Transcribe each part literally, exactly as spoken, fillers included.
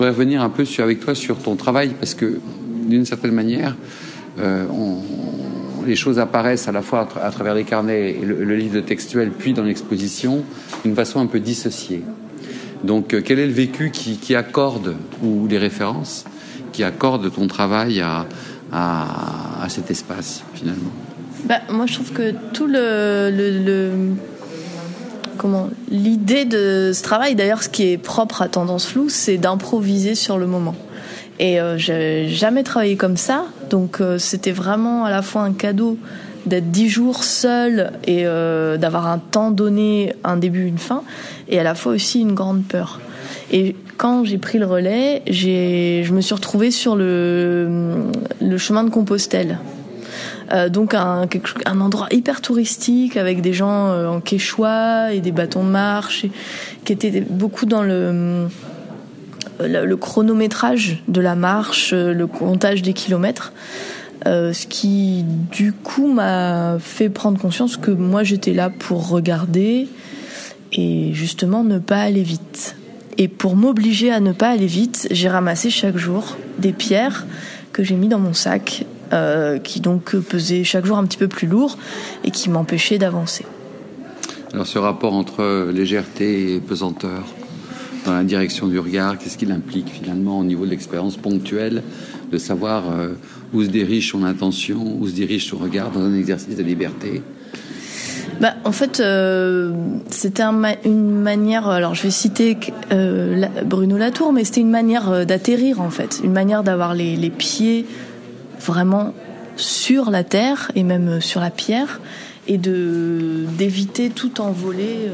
Je voudrais revenir un peu sur, avec toi sur ton travail, parce que d'une certaine manière, euh, on, on, les choses apparaissent à la fois à, tra- à travers les carnets et le, le livre textuel, puis dans l'exposition, d'une façon un peu dissociée. Donc, euh, quel est le vécu qui, qui accorde, ou les références, qui accordent ton travail à, à, à cet espace, finalement? Bah, moi, je trouve que tout le... le, le... Comment, l'idée de ce travail, d'ailleurs, ce qui est propre à Tendance Floue, c'est d'improviser sur le moment. Et euh, j'ai jamais travaillé comme ça, donc euh, c'était vraiment à la fois un cadeau d'être dix jours seul et euh, d'avoir un temps donné, un début, une fin, et à la fois aussi une grande peur. Et quand j'ai pris le relais, j'ai, je me suis retrouvée sur le, le chemin de Compostelle. Euh, donc un, un endroit hyper touristique avec des gens euh, en quechua et des bâtons de marche et, qui étaient beaucoup dans le, le, le chronométrage de la marche, le comptage des kilomètres, euh, ce qui du coup m'a fait prendre conscience que moi j'étais là pour regarder et justement ne pas aller vite. Et pour m'obliger à ne pas aller vite, j'ai ramassé chaque jour des pierres que j'ai mis dans mon sac, Euh, qui donc pesait chaque jour un petit peu plus lourd et qui m'empêchait d'avancer. Alors ce rapport entre légèreté et pesanteur dans la direction du regard, qu'est-ce qu'il implique finalement au niveau de l'expérience ponctuelle, de savoir euh, où se dirige son intention, où se dirige son regard dans un exercice de liberté? Bah, en fait, euh, c'était un ma- une manière. Alors, je vais citer euh, la, Bruno Latour, mais c'était une manière d'atterrir en fait, une manière d'avoir les, les pieds vraiment sur la terre et même sur la pierre et de d'éviter tout envolé euh,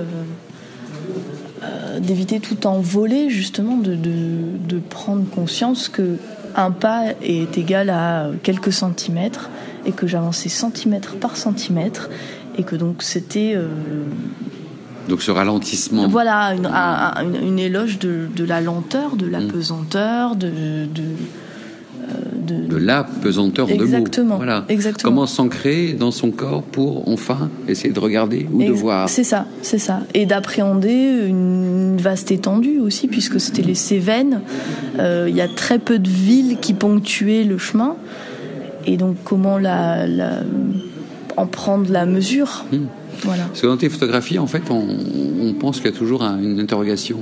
euh, d'éviter tout envolé justement de, de de prendre conscience que un pas est égal à quelques centimètres et que j'avançais centimètre par centimètre et que donc c'était euh, donc ce ralentissement, voilà une, un, une, une éloge de, de la lenteur, de la mmh. pesanteur, de, de De, de la pesanteur exactement, de mots. Voilà. Exactement. Comment s'ancrer dans son corps pour enfin essayer de regarder ou Ex- de voir. C'est ça, c'est ça. Et d'appréhender une vaste étendue aussi, puisque c'était les Cévennes. Il euh, y a très peu de villes qui ponctuaient le chemin. Et donc, comment la, la, en prendre la mesure. Mmh. Voilà. Parce que dans tes photographies, en fait, on, on pense qu'il y a toujours un, une interrogation.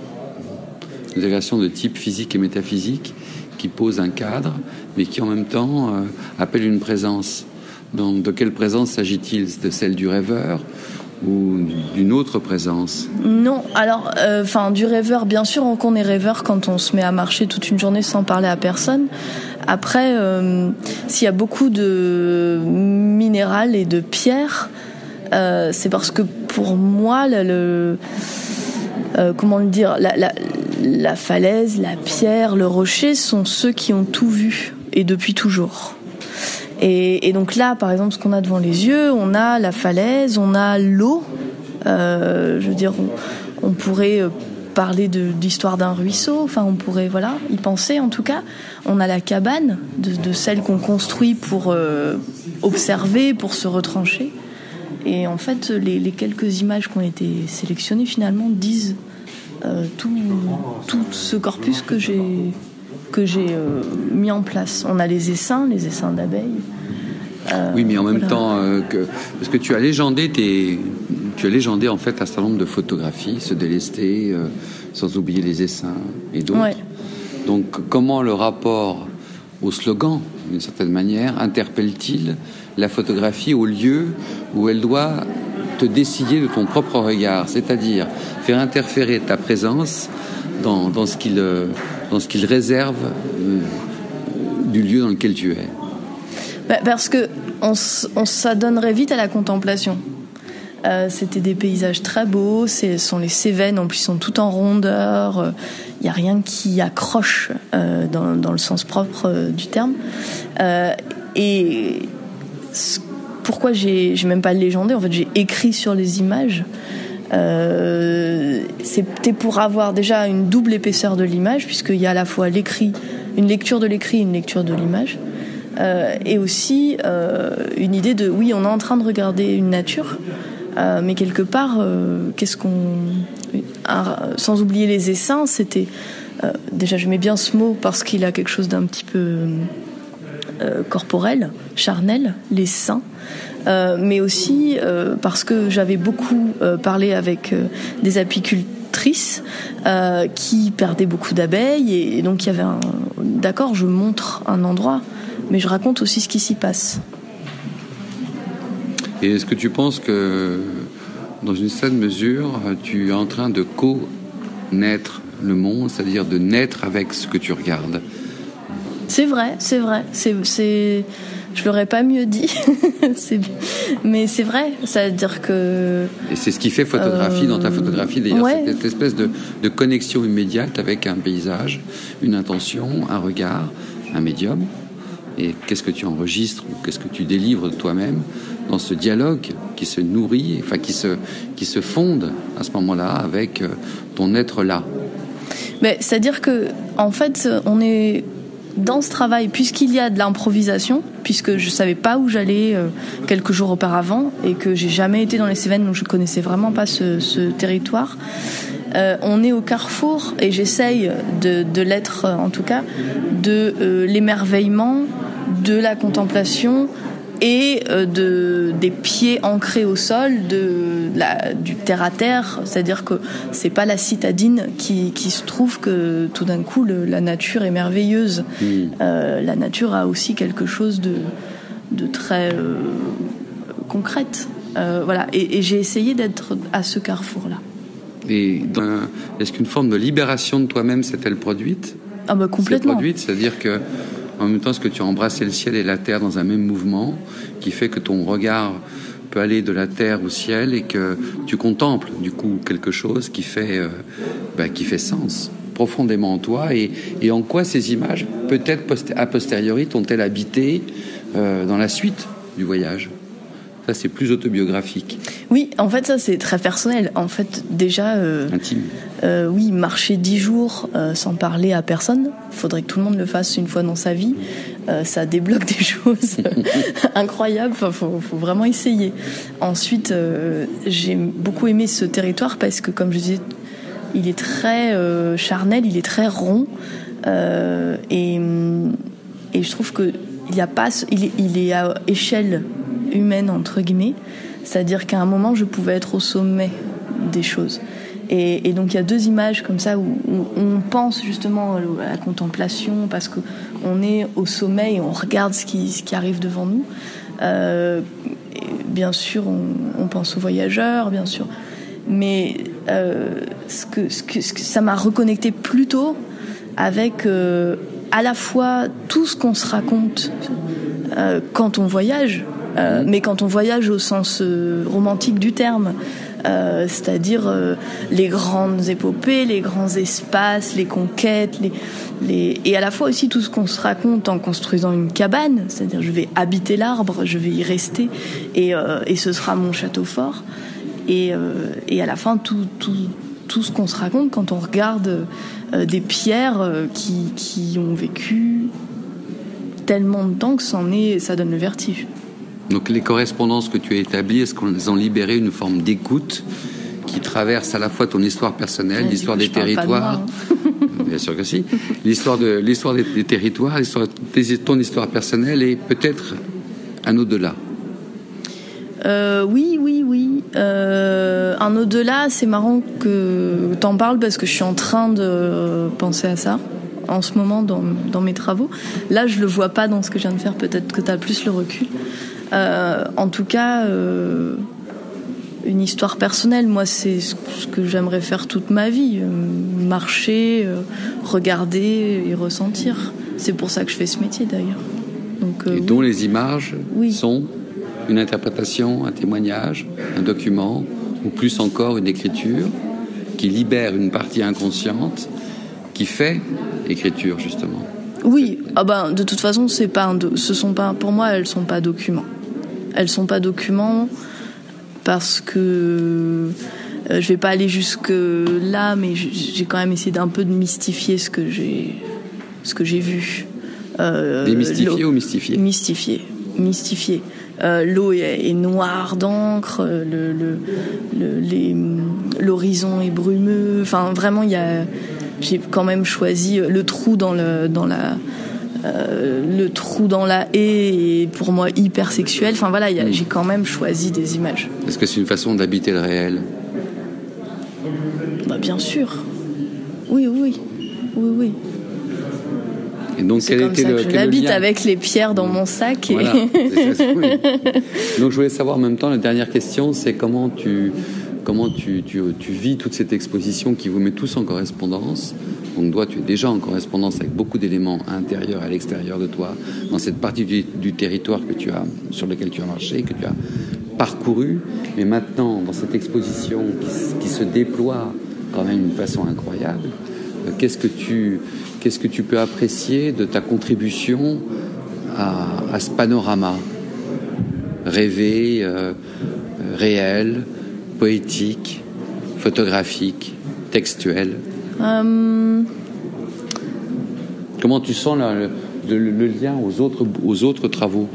Une interrogation de type physique et métaphysique, qui pose un cadre, mais qui en même temps euh, appelle une présence. Donc, de quelle présence s'agit-il? De celle du rêveur ou d'une autre présence? Non, alors, enfin, euh, du rêveur, bien sûr, on est rêveur quand on se met à marcher toute une journée sans parler à personne. Après, euh, s'il y a beaucoup de minéral et de pierres, euh, c'est parce que pour moi, le, le euh, comment le dire, la, la La falaise, la pierre, le rocher sont ceux qui ont tout vu et depuis toujours. Et, et donc là, par exemple, ce qu'on a devant les yeux, on a la falaise, on a l'eau. Euh, je veux dire, on, on pourrait parler de, de l'histoire d'un ruisseau. Enfin, on pourrait, voilà, y penser en tout cas. On a la cabane de, de celle qu'on construit pour euh, observer, pour se retrancher. Et en fait, les, les quelques images qui ont été sélectionnées finalement disent Euh, tout, tout ce corpus que j'ai, que j'ai euh, mis en place. On a les essaims, les essaims d'abeilles. Euh, oui, mais en même voilà. temps, euh, que, parce que tu as légendé tes, tu as légendé en fait un certain nombre de photographies, se délester, euh, sans oublier les essaims et d'autres. Ouais. Donc, comment le rapport au slogan, d'une certaine manière, interpelle-t-il la photographie au lieu où elle doit te dessiller de ton propre regard, c'est-à-dire faire interférer ta présence dans, dans ce qu'il, dans ce qu'il réserve euh, du lieu dans lequel tu es? Bah, parce que on, on s'adonnerait vite à la contemplation. Euh, c'était des paysages très beaux, ce sont les Cévennes, en plus ils sont tout en rondeur, il euh, n'y a rien qui accroche euh, dans, dans le sens propre euh, du terme. Euh, et ce Pourquoi j'ai, j'ai même pas légendé, en fait j'ai écrit sur les images. Euh, c'était pour avoir déjà une double épaisseur de l'image, puisqu'il y a à la fois l'écrit, une lecture de l'écrit et une lecture de l'image. Euh, et aussi euh, une idée de, oui, on est en train de regarder une nature, euh, mais quelque part, euh, qu'est-ce qu'on... Un, sans oublier les essaims, c'était euh, déjà j'aimais bien ce mot parce qu'il a quelque chose d'un petit peu euh, corporel, charnel, les seins. Euh, mais aussi euh, parce que j'avais beaucoup euh, parlé avec euh, des apicultrices euh, qui perdaient beaucoup d'abeilles et, et donc il y avait un... D'accord, je montre un endroit, mais je raconte aussi ce qui s'y passe. Et est-ce que tu penses que, dans une certaine mesure, tu es en train de co-naître le monde, c'est-à-dire de naître avec ce que tu regardes ? C'est vrai, c'est vrai. C'est... c'est... Je l'aurais pas mieux dit, c'est... mais c'est vrai, ça veut dire que... Et c'est ce qui fait photographie euh... dans ta photographie, d'ailleurs, ouais. Cette espèce de, de connexion immédiate avec un paysage, une intention, un regard, un médium. Et qu'est-ce que tu enregistres ou qu'est-ce que tu délivres de toi-même dans ce dialogue qui se nourrit, enfin qui se, qui se fonde à ce moment-là avec ton être là. Mais c'est-à-dire que, en fait, on est... Dans ce travail, puisqu'il y a de l'improvisation, puisque je savais pas où j'allais euh, quelques jours auparavant et que j'ai jamais été dans les Cévennes, donc je connaissais vraiment pas ce, ce territoire, euh, on est au carrefour et j'essaye de, de l'être en tout cas, de euh, l'émerveillement, de la contemplation et euh, de, des pieds ancrés au sol, de la, du terre à terre, c'est-à-dire que c'est pas la citadine qui, qui se trouve que tout d'un coup le, la nature est merveilleuse. Mmh. Euh, la nature a aussi quelque chose de, de très euh, concrète. Euh, voilà. Et, et j'ai essayé d'être à ce carrefour-là. Et dans, est-ce qu'une forme de libération de toi-même s'est-elle produite ? Ah bah complètement. C'est produite, c'est-à-dire que en même temps, est-ce que tu as embrassé le ciel et la terre dans un même mouvement qui fait que ton regard peut aller de la terre au ciel et que tu contemples du coup quelque chose qui fait, euh, bah, qui fait sens profondément en toi et, et en quoi ces images, peut-être post- a posteriori, t'ont-elles habité euh, dans la suite du voyage ? Ça, c'est plus autobiographique. Oui, en fait, ça, c'est très personnel. En fait, déjà... Euh, Intime. Euh, oui, marcher dix jours euh, sans parler à personne. Il faudrait que tout le monde le fasse une fois dans sa vie. Euh, ça débloque des choses incroyables. Enfin, faut, faut vraiment essayer. Ensuite, euh, j'ai beaucoup aimé ce territoire parce que, comme je disais, il est très euh, charnel, il est très rond. Euh, et, et je trouve que il y a pas, il est, il est à échelle humaine, entre guillemets. C'est-à-dire qu'à un moment, je pouvais être au sommet des choses. Et, et donc il y a deux images comme ça où, où on pense justement à la contemplation parce qu'on est au sommet et on regarde ce qui, ce qui arrive devant nous. Euh, bien sûr, on, on pense aux voyageurs, bien sûr. Mais euh, ce que, ce que, ce que ça m'a reconnecté plutôt avec euh, à la fois tout ce qu'on se raconte euh, quand on voyage, euh, mais quand on voyage au sens euh, romantique du terme. Euh, c'est-à-dire euh, les grandes épopées, les grands espaces, les conquêtes, les, les... et à la fois aussi tout ce qu'on se raconte en construisant une cabane, c'est-à-dire je vais habiter l'arbre, je vais y rester, et, euh, et ce sera mon château fort. Et, euh, et à la fin, tout, tout, tout ce qu'on se raconte quand on regarde euh, des pierres euh, qui, qui ont vécu tellement de temps que c'en est, ça donne le vertige. Donc les correspondances que tu as établies, est-ce qu'elles ont libéré une forme d'écoute qui traverse à la fois ton histoire personnelle, ouais, l'histoire des territoires, moi, bien sûr que si, l'histoire de l'histoire des, des territoires, l'histoire de ton histoire personnelle et peut-être un au-delà. Euh, oui, oui, oui. Euh, un au-delà, c'est marrant que t'en parles parce que je suis en train de penser à ça en ce moment dans, dans mes travaux. Là, je le vois pas dans ce que je viens de faire. Peut-être que t'as plus le recul. Euh, en tout cas, euh, une histoire personnelle, moi, c'est ce que j'aimerais faire toute ma vie. Euh, marcher, euh, regarder et ressentir. C'est pour ça que je fais ce métier, d'ailleurs. Donc, euh, et dont oui. Les images oui. sont une interprétation, un témoignage, un document, ou plus encore une écriture qui libère une partie inconsciente qui fait écriture, justement. Oui, ah ben, de toute façon, c'est pas un do- ce sont pas, pour moi, elles sont pas documents. Elles sont pas documents parce que euh, je vais pas aller jusque là, mais j'ai quand même essayé d'un peu de mystifier ce que j'ai, ce que j'ai vu. Euh, Démystifier ou mystifier ? Mystifier, mystifier. Euh, l'eau est, est noire d'encre, le, le, le, les, l'horizon est brumeux. Enfin, vraiment, il y a j'ai quand même choisi le trou dans le dans la euh, le trou dans la haie est pour moi hyper sexuel. Enfin voilà, y a, mmh. j'ai quand même choisi des images. Est-ce que c'est une façon d'habiter le réel? Bah bien sûr. Oui, oui, oui, oui. Et donc, c'est quel comme était ça le, que je quel l'habite lien avec les pierres dans mon sac. Et... Voilà, c'est ça, oui. Donc je voulais savoir en même temps, la dernière question, c'est comment tu comment tu, tu, tu vis toute cette exposition qui vous met tous en correspondance. Donc toi, tu es déjà en correspondance avec beaucoup d'éléments intérieurs et à l'extérieur de toi, dans cette partie du, du territoire que tu as, sur lequel tu as marché, que tu as parcouru. Mais maintenant, dans cette exposition qui, qui se déploie quand même d'une façon incroyable, euh, qu'est-ce que tu qu'est-ce que tu peux apprécier de ta contribution à, à ce panorama rêvé, euh, réel, poétique, photographique, textuel? Euh... Comment tu sens là, le, le, le lien aux autres, aux autres travaux?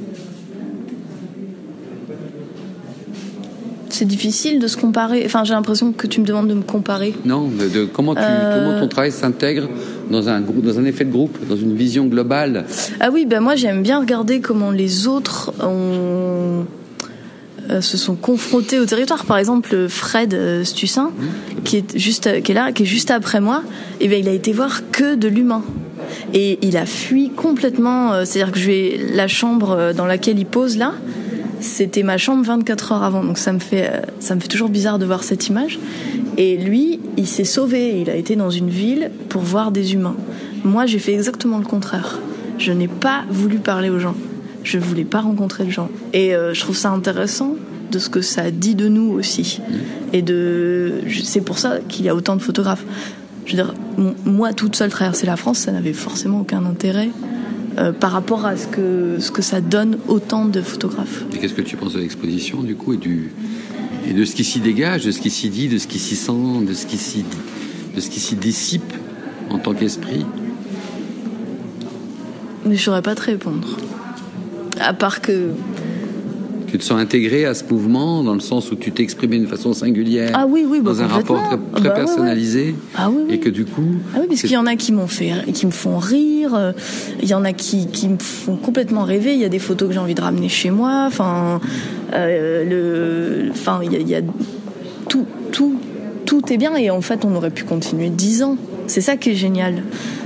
C'est difficile de se comparer. Enfin, j'ai l'impression que tu me demandes de me comparer. Non, de, de comment, tu, euh... comment ton travail s'intègre dans un, dans un effet de groupe, dans une vision globale. Ah oui, ben moi j'aime bien regarder comment les autres ont... euh, se sont confrontés au territoire. Par exemple, Fred euh, Stussin, mmh. qui est juste, qui est là, qui est juste après moi, et ben il a été voir que de l'humain. Et il a fui complètement. Euh, c'est-à-dire que je vais la chambre dans laquelle il pose là. C'était ma chambre vingt-quatre heures avant, donc ça me fait ça me fait toujours bizarre de voir cette image. Et lui, il s'est sauvé, il a été dans une ville pour voir des humains. Moi, j'ai fait exactement le contraire. Je n'ai pas voulu parler aux gens. Je voulais pas rencontrer de gens. Et euh, je trouve ça intéressant de ce que ça dit de nous aussi. Et de, c'est pour ça qu'il y a autant de photographes. Je veux dire, moi, toute seule traverser la France, ça n'avait forcément aucun intérêt. Euh, par rapport à ce que, ce que ça donne autant de photographes. Et qu'est-ce que tu penses de l'exposition, du coup, et, du, et de ce qui s'y dégage, de ce qui s'y dit, de ce qui s'y sent, de ce qui s'y, de ce qui s'y dissipe en tant qu'esprit? Mais je ne saurais pas te répondre. À part que... Tu te sens intégré à ce mouvement, dans le sens où tu t'exprimais d'une façon singulière, ah oui, oui, bah dans un rapport très, très bah, personnalisé, ouais, ouais. Ah oui, oui. Et que du coup... Ah oui, parce qu'il y en a qui m'ont fait, qui me font rire, il y en a qui, qui me font complètement rêver, il y a des photos que j'ai envie de ramener chez moi, enfin, euh, le, enfin, il y a, il y a tout, tout, tout est bien, et en fait, on aurait pu continuer dix ans. C'est ça qui est génial.